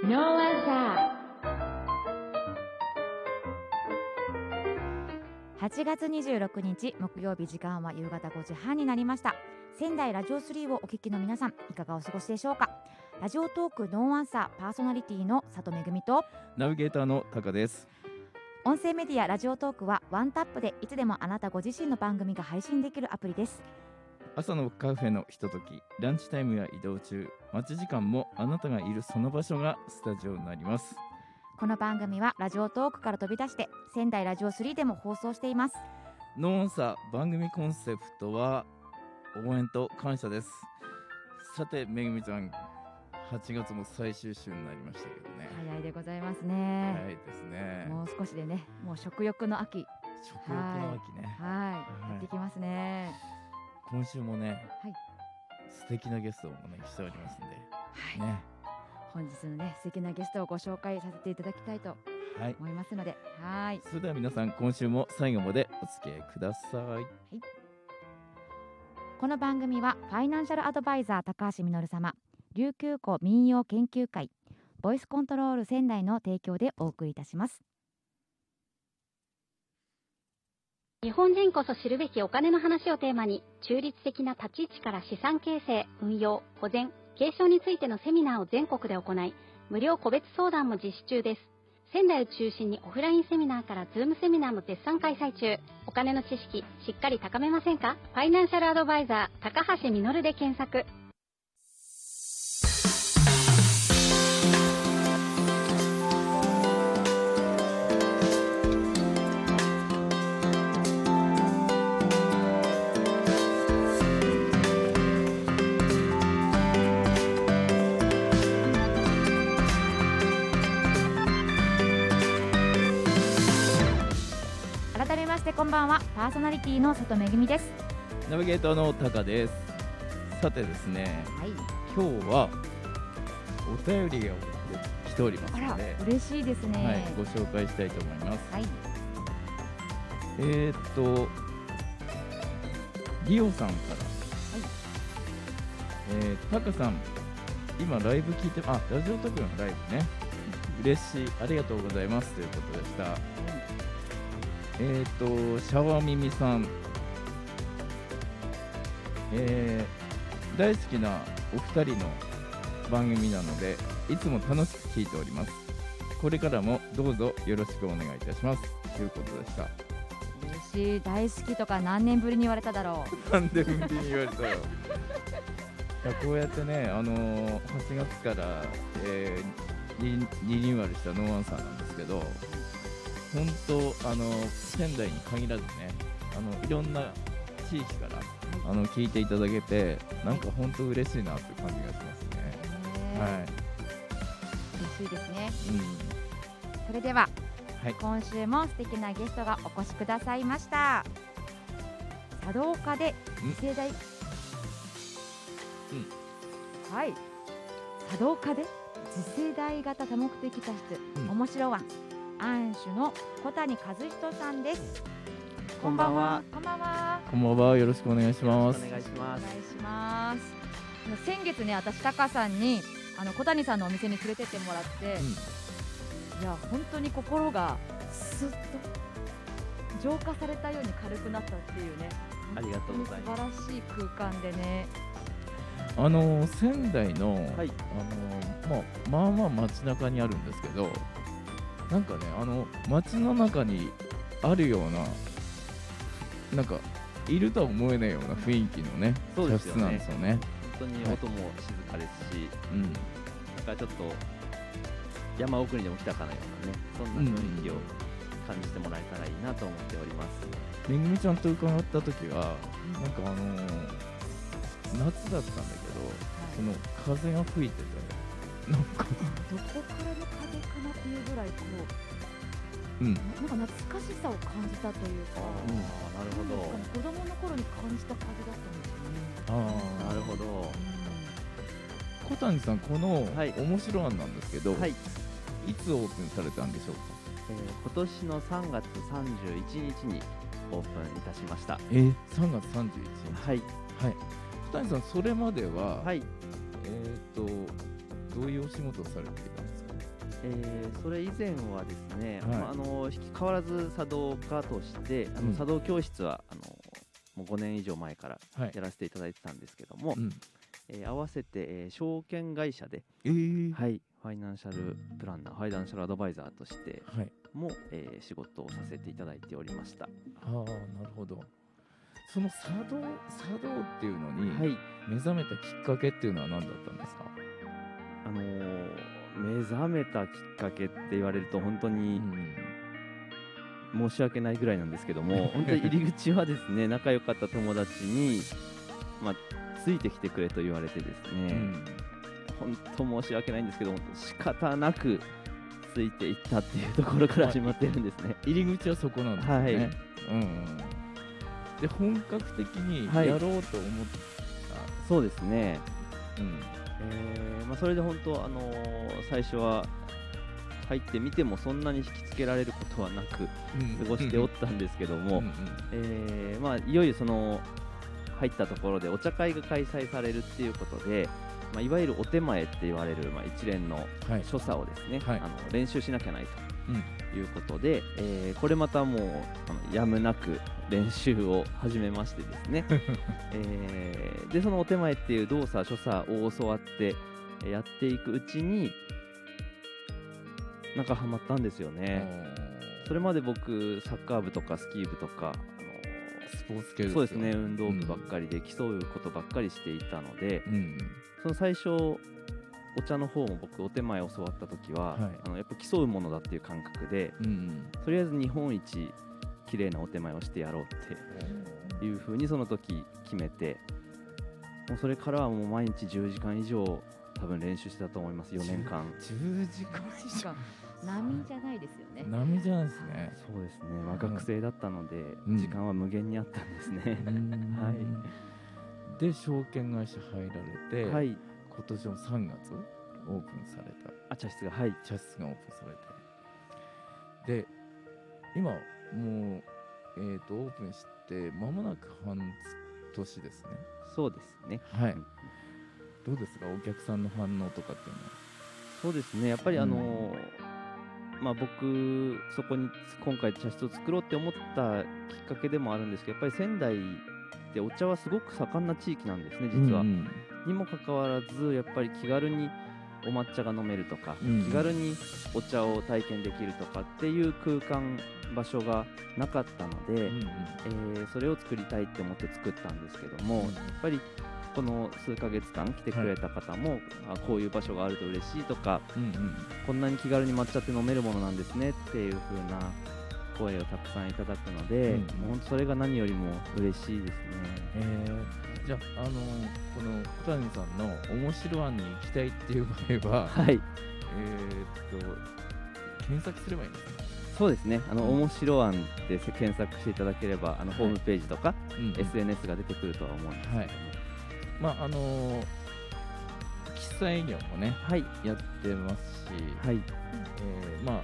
No answer。 8月26日木曜日、時間は夕方5時半になりました。仙台ラジオ3をお聞きの皆さん、いかがお過ごしでしょうか。ラジオトークノーアンサーパーソナリティの佐藤めぐみとナビゲーターのタカです。 音声メディアラジオトークはワンタップでいつでもあなたご自身の番組が配信できるアプリです。 朝のカフェのひととき、ランチタイムや移動中、待ち時間もあなたがいるその場所がスタジオになります。 この番組はラジオトークから飛び出して仙台ラジオ3でも放送しています。 ノーアンサー番組コンセプトは応援と感謝です。さてめぐみちゃん、8月も最終週になりましたけどね。 早いでございますね。 早いですね。 もう少しでね、もう食欲の秋。 食欲の秋ね。 やってきますね。 今週もね、 はい、 素敵なゲストをお招きしておりますので、 はい、 ね、 本日のね素敵なゲストをご紹介させていただきたいと思いますので、はい、 それでは皆さん今週も最後までお付き合いください。はい、 この番組はファイナンシャルアドバイザー高橋実様、琉球湖民謡研究会、ボイスコントロール仙台の提供でお送りいたします。 日本人こそ知るべきお金の話をテーマに、中立的な立ち位置から資産形成、運用、保全、継承についてのセミナーを全国で行い、無料個別相談も実施中です。仙台を中心にオフラインセミナーからズームセミナーも絶賛開催中。お金の知識しっかり高めませんか？ファイナンシャルアドバイザー高橋実で検索。 改めましてこんばんは、パーソナリティの佐藤めぐみです。 ナビゲーターのタカです。さてですね、 はい、 今日はお便りが来ておりますので、 嬉しいですね。 はい、ご紹介したいと思います。 はい、 リオさんから、 はい、 タカさん今ライブ聞いて、ラジオトークのライブね、嬉しい、ありがとうございますということでした。シャワミミさん、大好きなお二人の番組なのでいつも楽しく聞いております。これからもどうぞよろしくお願いいたしますということでした。 嬉しい、大好きとか何年ぶりに言われただろう。 何年ぶりに言われたよ。いや、こうやってね、8月から、リニューアルしたノーアンサーなんですけど、本当仙台に限らずね、いろんな地域から聞いていただけて、なんか本当嬉しいなって感じがしますね。はい、 嬉しいですね。 うん、 それでは、 はい、 今週も素敵なゲストがお越しくださいました。茶道家で次世代、はい、茶道家で次世代型多目的多室、面白ワン安守の小谷和人さんです。 こんばんは。 こんばんは。 こんばんは。よろしくお願いします。 お願いします。 お願いします。先月ね、私タカさんに小谷さんのお店に連れてってもらって、いや本当に心がスッと浄化されたように軽くなったっていうね。 ありがとうございます。 素晴らしい空間でね。 仙台の、 はい、 まあまあ街中にあるんですけど、なんかね、街の中にあるような、なんかいるとは思えないような雰囲気のね、茶室なんですよね。 本当に音も静かですし、 はい、 なんかちょっと山奥にでも来たかのようなね、そんな雰囲気を感じてもらえたらいいなと思っております。 めぐみちゃんと伺った時は、なんか夏だったんだけど、その風が吹いてて、なんかどこからの風かなっていうぐらいなんか懐かしさを感じたというか、 なるほど。 子供の頃に感じた風だったんですよね。 なるほど。 小谷さん、この面白案なんですけど、 はい、 いつオープンされたんでしょうか？ 今年の3月31日にオープンいたしました。 3月31日。 はい。 はい。小谷さん、それまでは、 はい、 どういうお仕事をされていたんですか？ それ以前はですね、 はい引き変わらず茶道家として茶道教室はもう5年以上前からはいやらせていただいてたんですけども、 うん合わせて、証券会社で、はい、ファイナンシャルプランナー、ファイナンシャルアドバイザーとしてはいも、仕事をさせていただいておりました。 ああなるほど。その茶道っていうのにはい、 目覚めたきっかけっていうのは何だったんですか？ 目覚めたきっかけって言われると本当に申し訳ないぐらいなんですけども、本当に入り口はですね、仲良かった友達に、ついてきてくれと言われてですね、本当申し訳ないんですけども、仕方なくついていったっていうところから始まってるんですね。 入り口はそこなんですね。 はい、 で本格的にはいやろうと思った、 そうですね。それで本当、最初は入ってみてもそんなに引きつけられることはなく過ごしておったんですけども、いよいよその入ったところでお茶会が開催されるっていうことで、いわゆるお手前って言われる、一連のはい所作をですね、 はい練習しなきゃないということで、これまたもうやむなく練習を始めましてですね、でそのお手前っていう動作所作を教わってやっていくうちになんかハマったんですよね。それまで僕サッカー部とかスキー部とかスポーツ系ですよそうですね、運動部ばっかりで競うことばっかりしていたので、その最初お茶の方も僕お手前教わった時は、やっぱ競うものだっていう感覚で、とりあえず日本一綺麗なお手前をしてやろうっていう風にその時決めて、もうそれからはもう毎日10時間以上多分練習してたと思います。4年間 10時間以上波じゃないですよね。 波じゃないですね。 そうですね、学生だったので、時間は無限にあったんですね。 で証券会社入られて、 はい、 今年の3月オープンされた茶室が、はい、 茶室がオープンされて、で今もう、オープンして間もなく半年ですね。 そうですね。 はい、どうですかお客さんの反応とかっていうのは。 そうですね、やっぱり僕そこに今回茶室を作ろうって思ったきっかけでもあるんですけど、やっぱり仙台ってお茶はすごく盛んな地域なんですね、実は。にもかかわらずやっぱり気軽にお抹茶が飲めるとか、気軽にお茶を体験できるとかっていう空間場所がなかったので、それを作りたいって思って作ったんですけども、やっぱりこの数ヶ月間来てくれた方も、こういう場所があると嬉しいとか、こんなに気軽に抹茶って飲めるものなんですねっていう風な声をたくさんいただくので、本当それが何よりも嬉しいですね。 じゃあ、この小谷さんの面白案に行きたいっていう場合は、 はい、 検索すればいいんですね。 そうですね、面白案で検索していただければホームページとか、SNS が出てくるとは思うんですけども、 喫茶営業もね、やってますし、なんか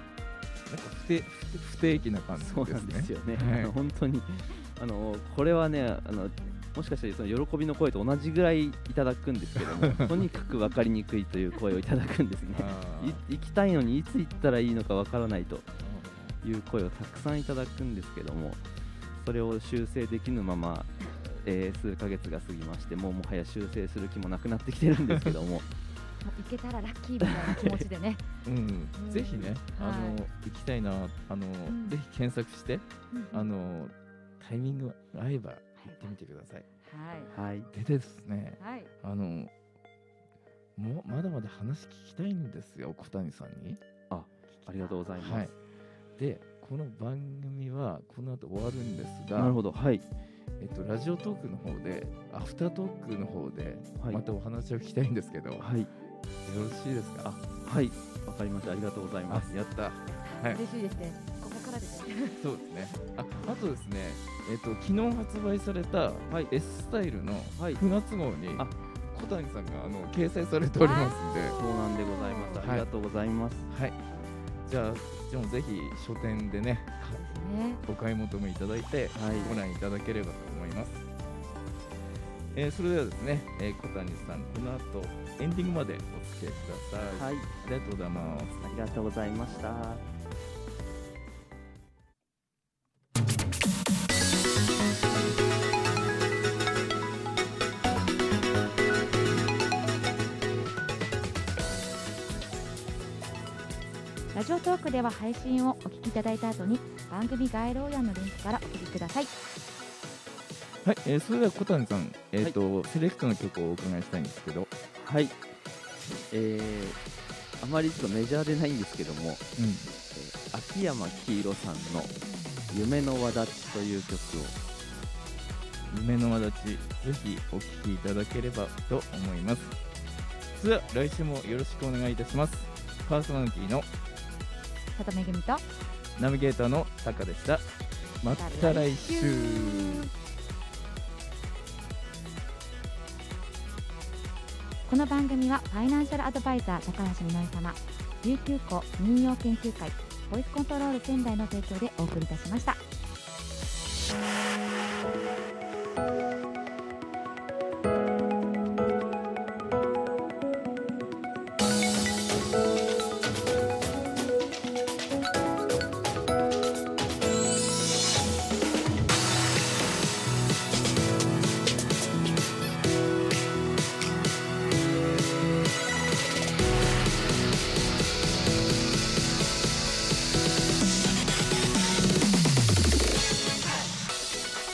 不定期な感じですね。 そうなんですよね。本当にこれはね、もしかしたらその喜びの声と同じぐらいいただくんですけども、とにかく分かりにくいという声をいただくんですね。行きたいのにいつ行ったらいいのか分からないという声をたくさんいただくんですけども、それを修正できぬまま、数ヶ月が過ぎまして、もはや修正する気もなくなってきてるんですけどももう行けたらラッキーみたいな気持ちでねぜひね、行きたいな、ぜひ検索して、タイミング合えば行ってみてください。 はい。 でですね、まだまだ話聞きたいんですよ、小谷さんに。 ありがとうございます。 で、この番組はこの後終わるんですが、 なるほど、はい。 ラジオトークの方で、アフタートークの方で、またお話を聞きたいんですけど、よろしいですか？ はい、わかりました。ありがとうございます。 やった。 嬉しいですね。ここからですね。 そうですね。あとですね、昨日発売された S スタイルの9月号に小谷さんが掲載されておりますので、 そうなんでございます。ありがとうございます。 じゃあぜひ書店でね、お買い求めいただいて、ご覧いただければと思います。 それではですね、小谷さん、この後エンディングまでお付き合いください。 はい、 ありがとうございます。 ありがとうございました。 ラジオトークでは配信をお聞きいただいた後に番組概要欄のリンクからお聞きください。 はい、それでは小谷さん、セレクトの曲をお伺いしたいんですけど。 はい、あまりちょっとメジャーでないんですけども、秋山黄色さんの夢の輪立ちという曲を。 夢の輪立ち、ぜひお聴きいただければと思います。それでは来週もよろしくお願いいたします。パーソナリティの佐藤めぐみとナビゲーターのタカでした。また来週。 この番組はファイナンシャルアドバイザー高橋みのり様、琉球湖民謡研究会ボイスコントロール仙台の提供でお送りいたしました。